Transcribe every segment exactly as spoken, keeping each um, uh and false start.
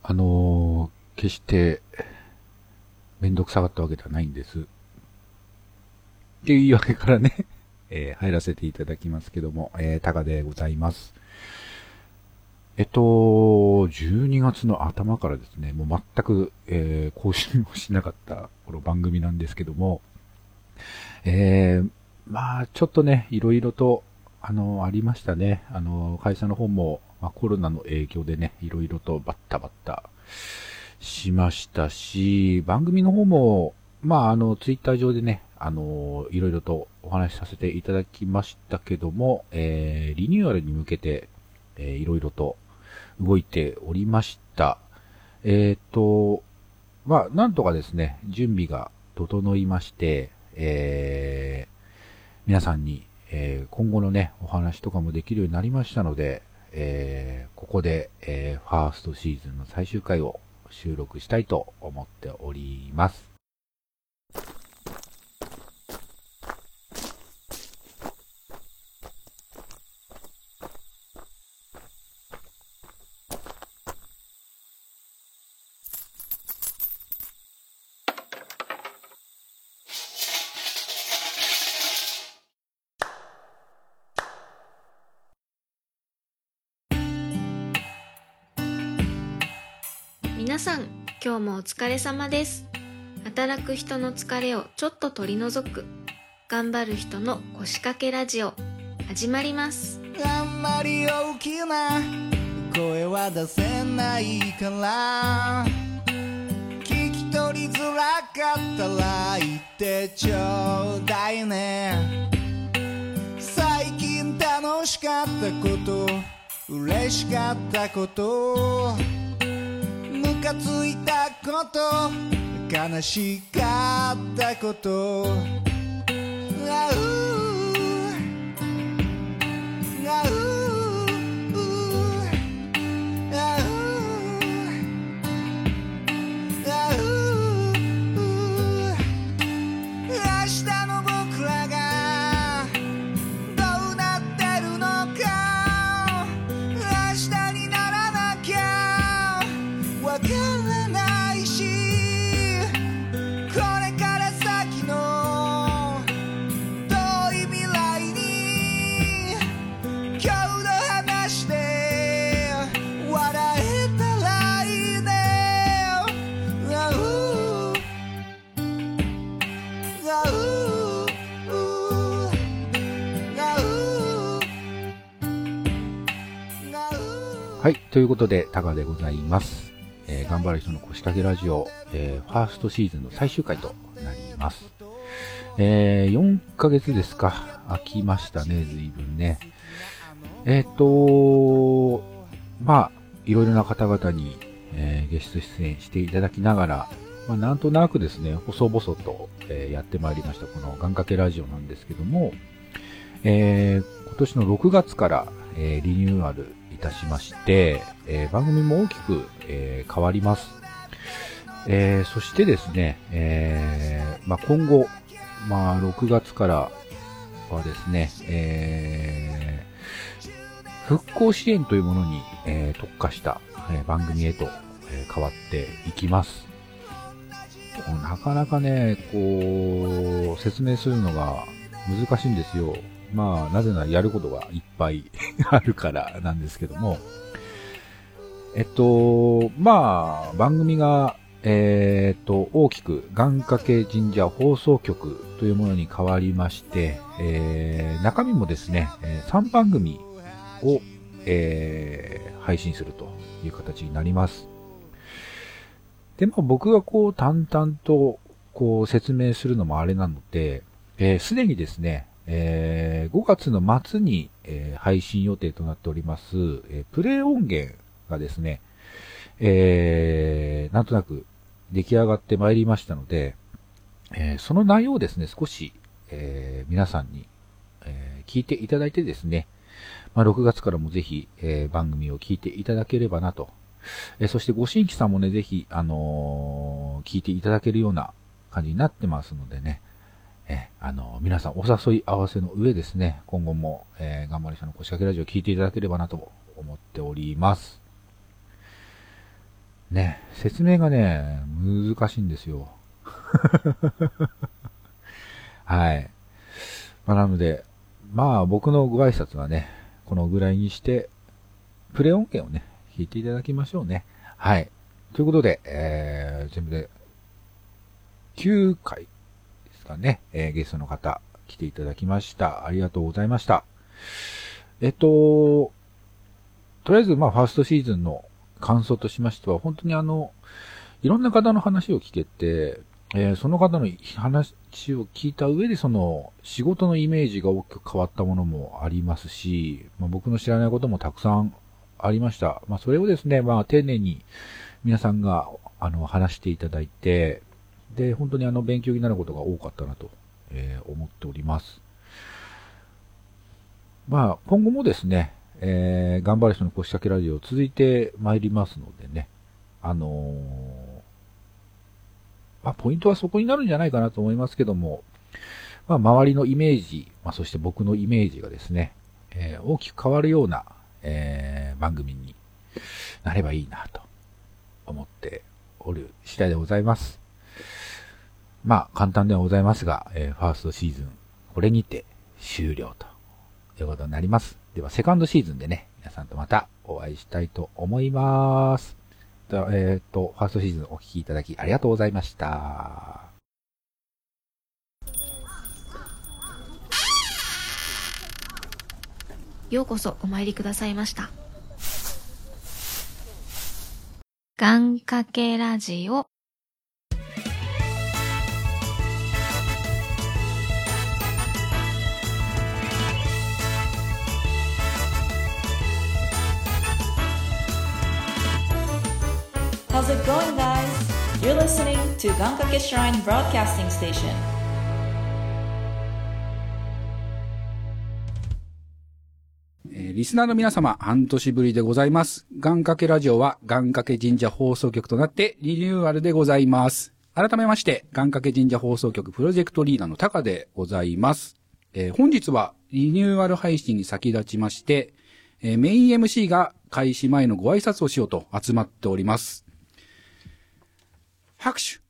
あのー、決してめんどくさかったわけではないんです。っていう言い訳からね、えー、入らせていただきますけども、えー、タカでございます。えっと、じゅうにがつの頭からですね、もう全く、えー、更新をしなかったこの番組なんですけども、えー、まあ、ちょっとね、いろいろと、あの、ありましたね。あの、会社の方も、まあ、コロナの影響でね、いろいろとバッタバッタしましたし、番組の方も、まあ、あの、ツイッター上でね、あの、いろいろとお話しさせていただきましたけども、えー、リニューアルに向けて、えー、いろいろと動いておりました。えっと、まあ、なんとかですね、準備が整いまして、えー、皆さんに、えー、今後のね、お話とかもできるようになりましたので、えー、ここで、えー、ファーストシーズンの最終回を収録したいと思っております。 皆さん、今日もお疲れ様です。働く人の疲れをちょっと取り除く、頑張る人の腰掛けラジオ、始まります。 あんまり大きな声は出せないから聞き取りづらかったら言ってちょうだいね。最近楽しかったこと、嬉しかったこと、ムカついたこと、悲しかったこと、あうあうあうあう明日の僕らがどうなってるのか、明日にならなきゃわからないし、これから先の遠い未来に今日の話で笑えたらいいね。あうあうあうあうはい、ということで、タカでございます。えー、頑張る人の腰掛けラジオ、えー、ファーストシーズンの最終回となります。えー、よんかげつですか。空きましたね、随分ね。えっ、ー、とまあ、いろいろな方々に、えー、ゲスト出演していただきながら、まあ、なんとなくですね、細々と、えー、やってまいりました、この願掛けラジオなんですけども、えー、今年のろくがつから、えー、リニューアルいたしまして、えー、番組も大きく、えー、変わります。えー、そしてですね、えーまあ、今後、まあ、ろくがつからはですね、えー、復興支援というものに、えー、特化した、えー、番組へと、えー、変わっていきます。なかなかね、こう、説明するのが難しいんですよ。まあ、なぜならやることがいっぱいあるからなんですけども。えっと、まあ、番組が、えー、っと、大きく、願掛け神社放送局というものに変わりまして、えー、中身もですね、さんばん組を、えー、配信するという形になります。で、まあ僕がこう淡々とこう説明するのもあれなので、えー、すでにですね、えー、ごがつの末に、えー、配信予定となっております、えー、プレイ音源がですね、えー、なんとなく出来上がってまいりましたので、えー、その内容をですね、少し、えー、皆さんに、えー、聞いていただいてですね、まあ、ろくがつからもぜひ、えー、番組を聞いていただければなと。えー、そしてご新規さんもね、ぜひ、あのー、聞いていただけるような感じになってますのでね、えー、あのー、皆さんお誘い合わせの上ですね、今後も、えー、頑張りさんの腰掛けラジオを聞いていただければなと思っております。 ね、説明がね、難しいんですよ。はい。まあ、なので、まあ僕のご挨拶はね、このぐらいにして、プレ音源をね、弾いていただきましょうね。はい。ということで、えー、全部できゅうかいですかね、えー、ゲストの方来ていただきました。ありがとうございました。えっと、とりあえずまあファーストシーズンの感想としましては、本当にあの、いろんな方の話を聞けて、えー、その方の話を聞いた上でその仕事のイメージが大きく変わったものもありますし、まあ、僕の知らないこともたくさんありました。まあそれをですね、まあ丁寧に皆さんがあの話していただいて、で、本当にあの勉強になることが多かったなと、えー、思っております。まあ今後もですね、えー、頑張る人の腰掛けラジオ続いてまいりますのでね、あのー、まあ、ポイントはそこになるんじゃないかなと思いますけども、まあ、周りのイメージ、まあ、そして僕のイメージがですね、えー、大きく変わるような、えー、番組になればいいなと思っておる次第でございます。まあ、簡単ではございますが、えー、ファーストシーズン、これにて終了ということになります。では、セカンドシーズンでね、皆さんとまたお会いしたいと思います。えっと、ファーストシーズンお聞きいただきありがとうございました。 ようこそお参りくださいました。願掛けラジオ。 How's it going, guys? You're listening to Gankake Shrine Broadcasting Station. えー、リスナーの皆様、半年ぶりでございます。願掛けラジオは願掛け神社放送局となってリニューアルでございます。改めまして、願掛け神社放送局プロジェクトリーダーのタカでございます。えー、本日はリニューアル配信に先立ちまして、えー、メイン エムシー が開始前のご挨拶をしようと集まっております。拍手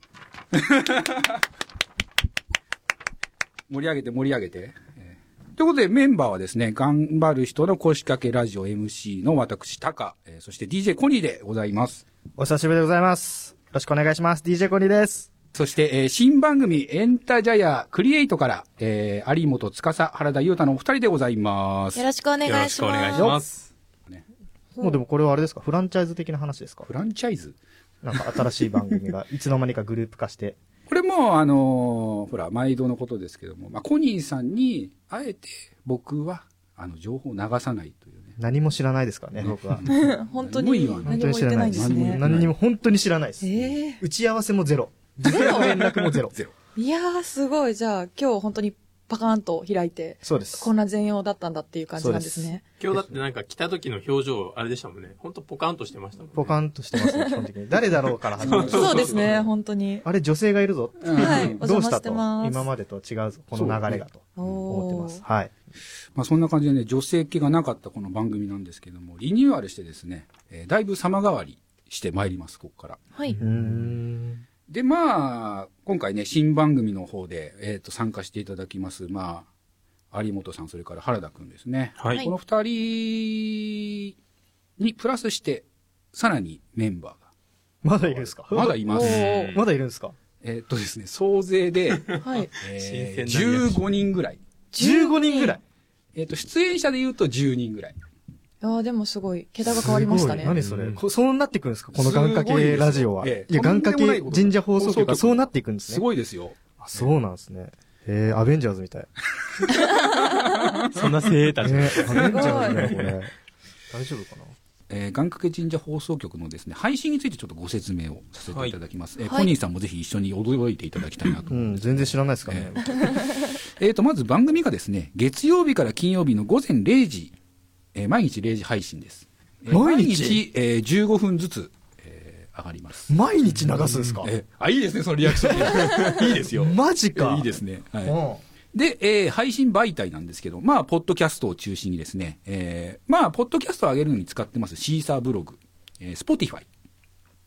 盛り上げて盛り上げて。えー、ということでメンバーはですね、頑張る人の腰掛けラジオ エムシー の私、タカ、えー、そして ディージェー コニーでございます。 お久しぶりでございます。よろしくお願いします。ディージェー コニーです。 そして、えー、新番組エンタジャヤクリエイトから、えー、有本司、原田裕太のお二人でございます。 よろしくお願いします。よろしくお願いします。 ね、もうでもこれはあれですか、フランチャイズ的な話ですか？ フランチャイズなんか新しい番組がいつの間にかグループ化して。 これも、あのー、ほら、毎度のことですけども、まあ、コニーさんに、あえて僕は、あの、情報を流さないというね。 何も知らないですからね、僕は。 本当に何も言ってないんですね。 何にも本当に知らないです。 えー、 打ち合わせもゼロ。連絡もゼロ。ゼロ。 いやー、すごい。じゃあ、今日本当にパカーンと開いて、 そうです。 こんな全容だったんだっていう感じなんですね。 今日だってなんか来た時の表情、あれでしたもんね。ほんとポカンとしてましたもんね。 ポカンとしてますね、基本的に。誰だろうから始まる。 そうですね、本当に。 あれ、女性がいるぞ。 はい、 どうしたと。今までと違うぞ、この流れがと思ってます。はい。 まあそんな感じでね、女性気がなかったこの番組なんですけども、リニューアルしてですね、えー、だいぶ様変わりしてまいります、ここから。 はい。 うーんで、まあ、今回ね、新番組の方で、えっと、参加していただきます、まあ、有本さん、それから原田くんですね。 はい。 この二人にプラスして、さらにメンバーが。 まだいるんですか？ まだいます。 まだいるんですか？ えっとですね、総勢で、 はい。 えー、じゅうごにんぐらい。 じゅうごにんぐらい。 えっと、出演者で言うとじゅうにんぐらい。 ああ、でもすごい、桁が変わりましたね。 何それ、うん、そうなっていくんですか、この願掛けラジオは。 ええ、 いや、願掛け神社放送局がそうなっていくんですね。 すごいですよ。 あ、そうなんですね。へえ、アベンジャーズみたい。 そんな精鋭たち。 ね、アベンジャーズね、これ。大丈夫かな。 えー、願掛け神社放送局のですね、配信についてちょっとご説明をさせていただきます。はい、えー、コニーさんもぜひ一緒に驚いていただきたいなと思います。 うん、全然知らないですかね。 えー、えーと、まず番組がですね、月曜日から金曜日のごぜんれいじ、えー、毎日れいじ配信です。えー、毎日、毎日えー、じゅうごふんずつ、えー、上がります。 毎日流すんですか？ えー、あ、いいですね、そのリアクション。いいですよ。 マジか。 いいですね。はい。で、えー、配信媒体なんですけど、まあ、ポッドキャストを中心にですね、えー、まあ、ポッドキャストを上げるのに使ってますシーサーブログ、えー、スポティファイ、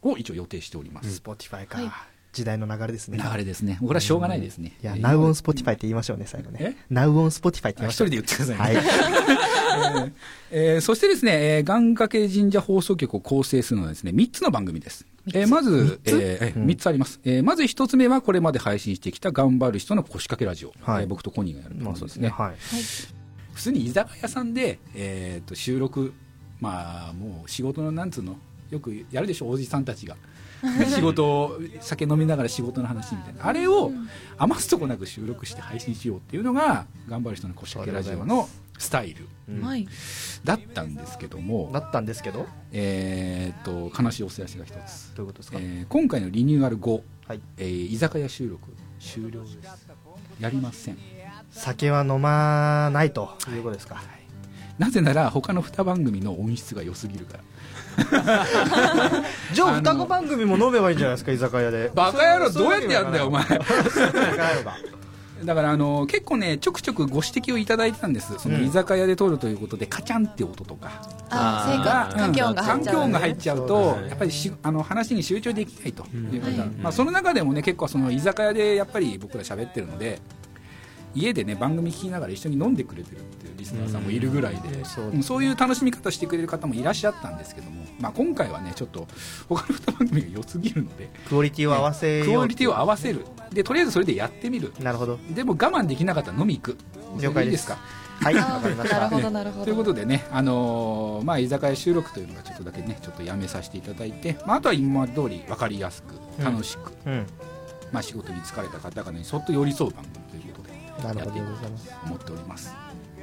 を一応予定しております。 Spotify か、はい、時代の流れですね。 流れですね。これはしょうがないですね。 いや、Now on Spotify って言いましょうね、最後ね。Now on Spotify って言いましょう。 一人で言ってくださいね。はい。えー、そしてですね、えー、願掛け神社放送局を構成するのはですね、みっつの番組です。えー、まず、えー、みっつあります。えー、まずひとつめはこれまで配信してきた頑張る人の腰掛けラジオ。はい、えー、僕とコニーがやるものですね。はい。普通に居酒屋さんで、えー、と収録、まあ、もう仕事のなんつうの、よくやるでしょ、おじさんたちが。仕事を、酒飲みながら仕事の話みたいな。あれを余すとこなく収録して配信しようっていうのが、頑張る人の腰掛けラジオのスタイル、うん、だったんですけども。 だったんですけどえー、と、悲しいお知らせが一つ。 どういうことですか？ えー、今回のリニューアル後、はい、えー、居酒屋収録終了です。やりません。 酒は飲まないということですか？はい、 なぜなら他のに番組の音質が良すぎるから。 じゃあに番組も飲めばいいんじゃないですか、居酒屋で。 バカ野郎、どうやってやるんだよお前。だからあの結構ねちょくちょくご指摘をいただいてたんです。その居酒屋で撮るということでカチャンって音とか、 ああ、環境音が入っちゃう、 環境音が入っちゃうとやっぱりしあの話に集中できないという方、うん、まあ、その中でもね結構その居酒屋でやっぱり僕ら喋ってるので、家でね番組聞きながら一緒に飲んでくれてるっていうリスナーさんもいるぐらいで、うん、そう、そういう楽しみ方してくれる方もいらっしゃったんですけども、まあ、今回はねちょっと他のに番組が良すぎるのでクオリティを合わせよう、 ね、クオリティを合わせるで、とりあえずそれでやってみる。 なるほど。 でも我慢できなかったら飲み行く。 了解です。いいですか？はい、わかりました。 なるほどなるほど。 ということでね、あのー、まあ居酒屋収録というのがちょっとだけねちょっとやめさせていただいて、まあ、あとは今通り分かりやすく楽しく、うんうん、まあ、仕事に疲れた方々にそっと寄り添う番組ということでやっていこうと思っております。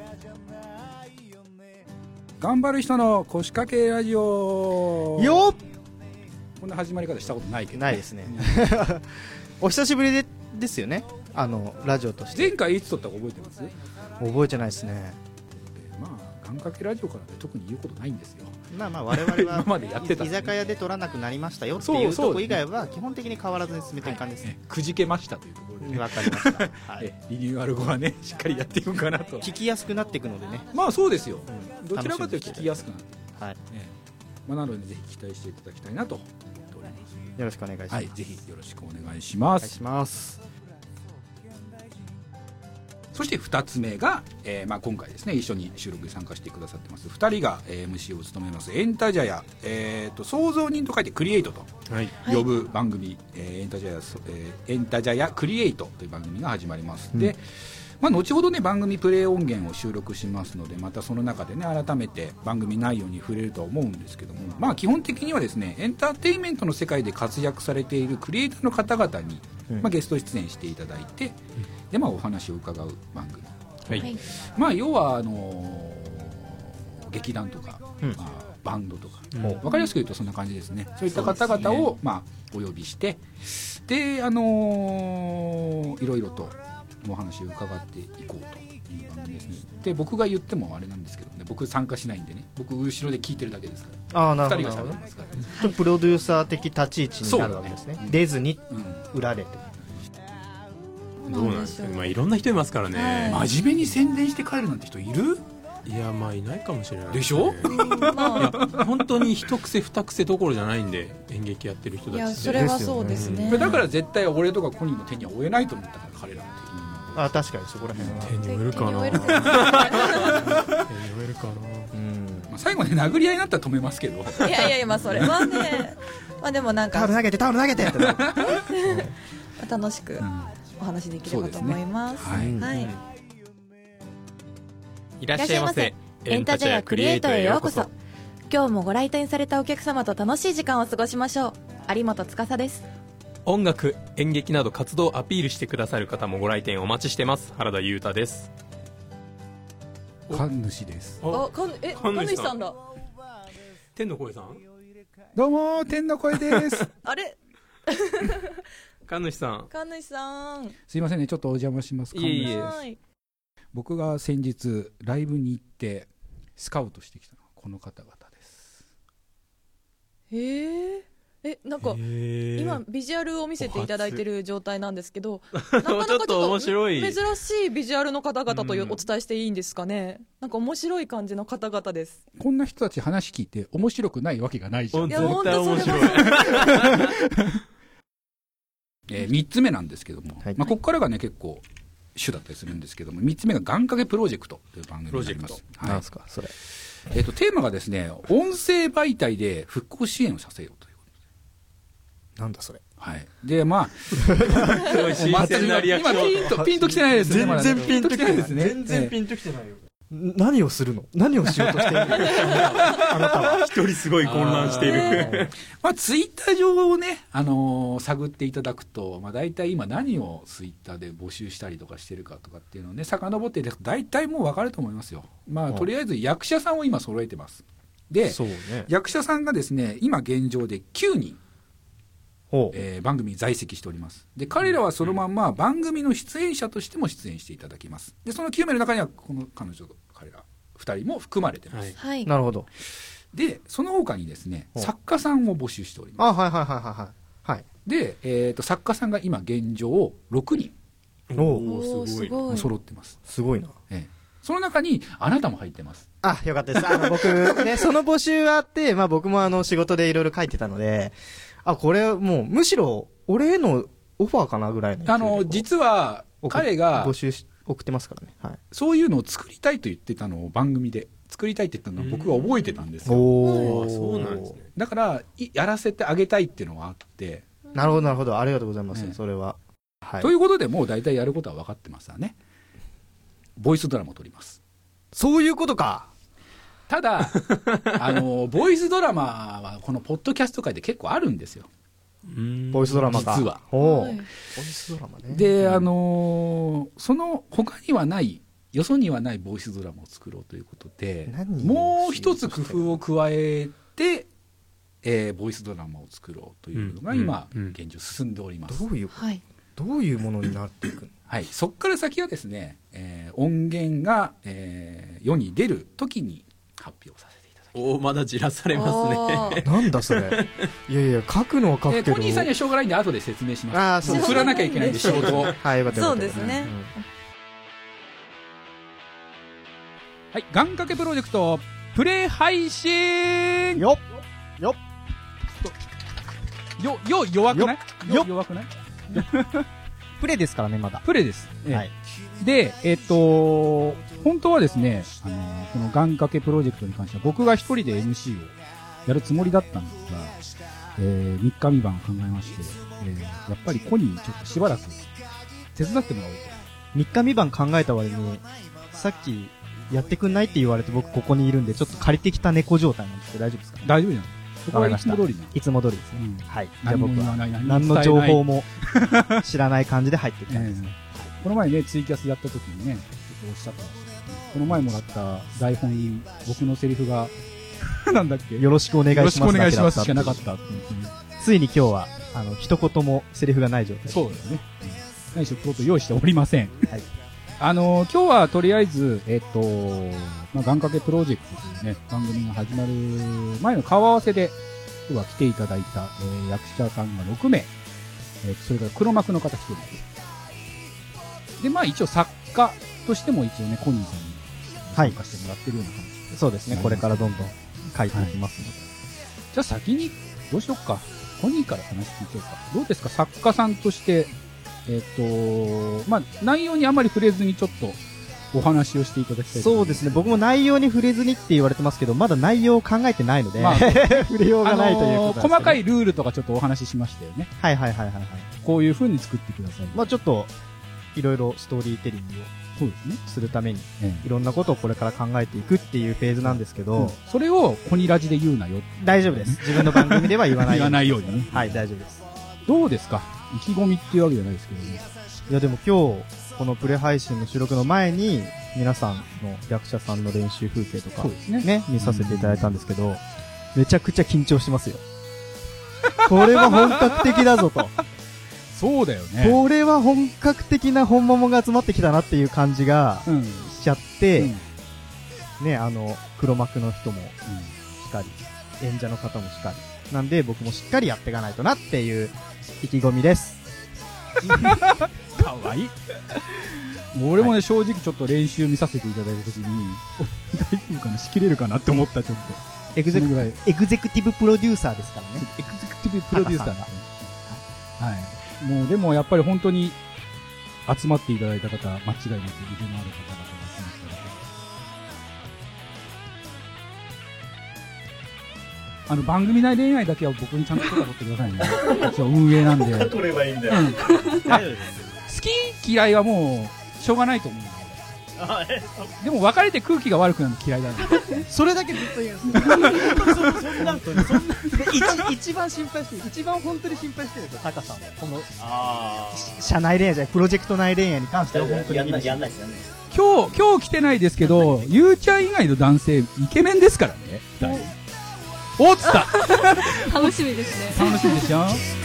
頑張る人の腰掛けラジオよっ。 こんな始まり方したことないけど、ね、 ないですね。お久しぶりでですよね、あのラジオとして。 前回いつ撮ったか覚えてます？ 覚えてないですね。 まあ願掛けラジオからで特に言うことないんですよ。 まあまあ我々は今までやってた、ね、 居酒屋で撮らなくなりましたよっていうとこ以外は基本的に変わらずに進めていく感じですね。 くじけましたというところで、ね、 分かりました。はい、 リニューアル後はねしっかりやっていこうかなと。 聞きやすくなっていくのでね。 まあそうですよ、うん、どちらかというと聞きやすくなっていく、はい、ね、まあ、なのでぜひ期待していただきたいなと思っております。 よろしくお願いします。 はい、ぜひよろしくお願いします。お願いします。 そしてふたつめが、えーまあ、今回ですね一緒に収録に参加してくださってますふたりが、えー、エムシー を務めますエンタジャヤ、えー、と創造人と書いてクリエイトと呼ぶ番組、はい、えー、エンタジャヤ、えー、エンタジャヤクリエイトという番組が始まります、うん、で、まあ、後ほどね番組プレイ音源を収録しますので、またその中でね改めて番組内容に触れるとは思うんですけども、まあ、基本的にはですねエンターテインメントの世界で活躍されているクリエイターの方々に、うん、まあ、ゲスト出演していただいて、うん、でまあ、お話を伺う番組、はい、まあ、要はあのー、劇団とか、うん、まあ、バンドとか、うん、分かりやすく言うとそんな感じですね。そういった方々を、ね、まあ、お呼びしてで、あのー、いろいろとお話を伺っていこうという番組ですね。で僕が言ってもあれなんですけどね、僕参加しないんでね、僕後ろで聞いてるだけですから。 ああ、なるほど。ふたりが喋りますから、ね、はい、プロデューサー的立ち位置になるわけですね。ね、出ずに、うん、裏でどうなんですか、まあ、いろんな人いますからね、 はい、真面目に宣伝して帰るなんて人いる？ いや、まあいないかもしれない、ね、 でしょ、 まあ、本当に一癖二癖どころじゃないんで演劇やってる人たちって。いや、 それはそうですね、 うん、だから絶対俺とかコニーの手には負えないと思ったから彼らって。 あ、確かにそこら辺は手に負えるかな。手に負えるかな、 うん、まあ、最後ね殴り合いになったら止めますけど。 いやいやいや、まあそれはねまあでもなんかタオル投げてタオル投げてって楽しくお話できればと思います、うん、はい、はい、 いらっしゃいませ。 エンタジャヤクリエイトへようこそ。今日もご来店されたお客様と楽しい時間を過ごしましょう。有本司です。 音楽、演劇など活動をアピールしてくださる方もご来店お待ちしてます。原田裕太です。 神主です。 あ、かんえ神主さんだ。 天の声さん。 どうも天の声ですあれ神主さん。 神主さん。 すいませんね、ちょっとお邪魔します。 いえいえ。 僕が先日ライブに行ってスカウトしてきたのはこの方々です。 へえ。え、 え、なんか、 へー今、ビジュアルを見せていただいてる状態なんですけど、なかなかちょっちょっと面白い珍しいビジュアルの方々とようんお伝えしていいんですかね。なんか面白い感じの方々です。 こんな人たち話聞いて面白くないわけがないじゃん。 いや絶対面白い。 えー、みっつめなんですけども、 はいまあ、ここからがね結構主だったりするんですけども、みっつめが願掛けプロジェクトという番組になります。はい、 なんすかそれ。 えっ、とテーマがですね、音声媒体で復興支援をさせようということなんだそれ。 はい。で、まあ、 すごい新鮮なリアクション。 今ピンと、ピンときてないですね。まだねピンときてないですね。 全然ピンときてないよ。何をするの？何をしようとしてるの？あなたは。 一人すごい混乱している。 まあ、ツイッター上をね、あのー探っていただくと、まあ、大体今何をツイッターで募集したりとかしてるかとかっていうのをね、遡っていただくと大体もう分かると思いますよ。まあ、とりあえず役者さんを今揃えてます。で、 そうね。 役者さんがですね、今現状できゅうにん、 ほう。 えー番組に在籍しております。で、彼らはそのまんま番組の出演者としても出演していただきます。で、そのきゅうめいの中には、この彼女と彼らふたりも含まれてます。 はいはい。 なるほど。 で、その他にですね、 ほう作家さんを募集しております。 あ、はいはいはいはいはい。はい。 で、えーと、作家さんが今現状ろくにんおおーすごい。 揃ってます。 すごいな。 ええ、その中にあなたも入ってます。 あ、よかったです。あの、僕、ね、その募集があって、まあ僕もあの、仕事でいろいろ書いてたので、あ、これもう、むしろ、俺へのオファーかなぐらいの。 あの、実は彼が募集し、送ってますからね。はい。 そういうのを作りたいと言ってたのを番組で作りたいって言ったのを僕は覚えてたんですよ。 おあそうなんですね。 だからいやらせてあげたいっていうのがあって、 なるほどなるほど。ありがとうございます。 ねそれは。はい。 ということでもう大体やることは分かってますわね。ボイスドラマを撮ります。 そういうことか。 ただあのボイスドラマはこのポッドキャスト界で結構あるんですよ。 ボイスドラマか。 実は。 おはいーボイスドラマね。 で、あのーその他にはないよそにはないボイスドラマを作ろうということで、 何もう一つ工夫を加えて、えーボイスドラマを作ろうというのが今、 うんうん現状進んでおります。 どういう、 はい。 どういうものになっていくの？ はい、そこから先はですね、えー音源が、えー世に出る時に発表させていただきおーまだじらされますね。 あーなんだそれ。いやいや、書くのは書ます。えーくけど。 トニーさんにはしょうがないんで後で説明します。 あーそうです振らなきゃいけないんで仕事を。 はい、よかったよかった。 そうですね。 はい、願掛けプロジェクトプレイ配信よっよっよ、よ、弱くないよよ弱くないプレイですからね、まだ。 プレイです。ええはい。 で、えっと、本当はですね、あの、この願掛けプロジェクトに関しては僕が一人で エムシー をやるつもりだったんですが、えー、みっかみばん考えまして、えー、やっぱりコニーにちょっとしばらく手伝ってもらおうと。 みっかみばん考えた割に、さっき、やってくんないって言われて僕ここにいるんで、ちょっと借りてきた猫状態なんですけど大丈夫ですか？ 大丈夫じゃん。そこはいつも通りな。 いつも通りですね。 うんはい。じゃあ何も僕は、 言わない、何も何の伝えない情報も知らない感じで入ってきたんですね。 この前ね、ツイキャスやった時にね、ちょっとおっしゃったんですけどね、この前もらった台本に僕のセリフが、なんだっけよろしくお願いします。 よろしくお願いしますしかなだけだったかったっていうふうに。 ついに今日は、あの、一言もセリフがない状態。 そうですね。何しろこと用意しておりません。 はい。 あの今日はとりあえず、えっと、まあ、願掛けプロジェクトというね、番組が始まる前の顔合わせで、今日は来ていただいた、えー役者さんがろくめい、えーそれから黒幕の方ひとり。で、まあ一応作家としても一応ね、コニーさんに参加してもらってるような感じで。 そうですね。これからどんどん書いていきますので。 じゃあ先に、どうしよっか。コニーから話聞いてようか。どうですか、作家さんとして、えっと、まあ、内容にあまり触れずにちょっとお話をしていただきたい。 そうですね。僕も内容に触れずにって言われてますけど、まだ内容を考えてないので、 まあ触れようがないということなんですけど、 あのー細かいルールとかちょっとお話ししましたよね。 はいはいはいはいはい。 こういう風に作ってください。 まあちょっと、いろいろストーリーテリングそうですね。 をするために、 えいろんなことをこれから考えていくっていうフェーズなんですけど、 うんそれをコニラジで言うなよ。 大丈夫です。自分の番組では言わない言わないようにね。 はい、大丈夫です。 どうですか、意気込みっていうわけじゃないですけどね。 いやでも今日、このプレ配信の収録の前に、皆さんの役者さんの練習風景とかそう、ですね。 ね、見させていただいたんですけど、めちゃくちゃ緊張してますよ。これは本格的だぞと。 そうだよね。 これは本格的な本物が集まってきたなっていう感じがうん。うん。 しちゃって、ね、あの、黒幕の人もしかり、演者の方もしかり、 なんで僕もしっかりやっていかないとなっていう意気込みです。 かわいい。もう俺もね、正直ちょっと練習見させていただいたときに、大丈夫かな、仕切れるかなって思った、ちょっと。 エグゼクエグゼクティブプロデューサーですからね。 エグゼクティブプロデューサーですね。はい。もうでもやっぱり本当に集まっていただいた方、間違いなく腕のある方々が来ましたので。あの、番組内恋愛だけは僕にちゃんと取ってくださいね。一応運営なんで。 取ればいいんだよ。 うん、大丈夫です。好き嫌いはもう、しょうがないと思うんだよ。でも別れて空気が悪くなるの嫌いだね。 それだけずっと言うんですよ。そんな、そんな、一、一番心配してる、一番本当に心配してるんですよ、タカさんは。この、社内恋愛じゃない、プロジェクト内恋愛に関しては本当に。 やんない、やんないですよね。 今日、今日来てないですけど、ゆうちゃん以外の男性、イケメンですからね。おっつった楽しみですね。 楽しみでしょ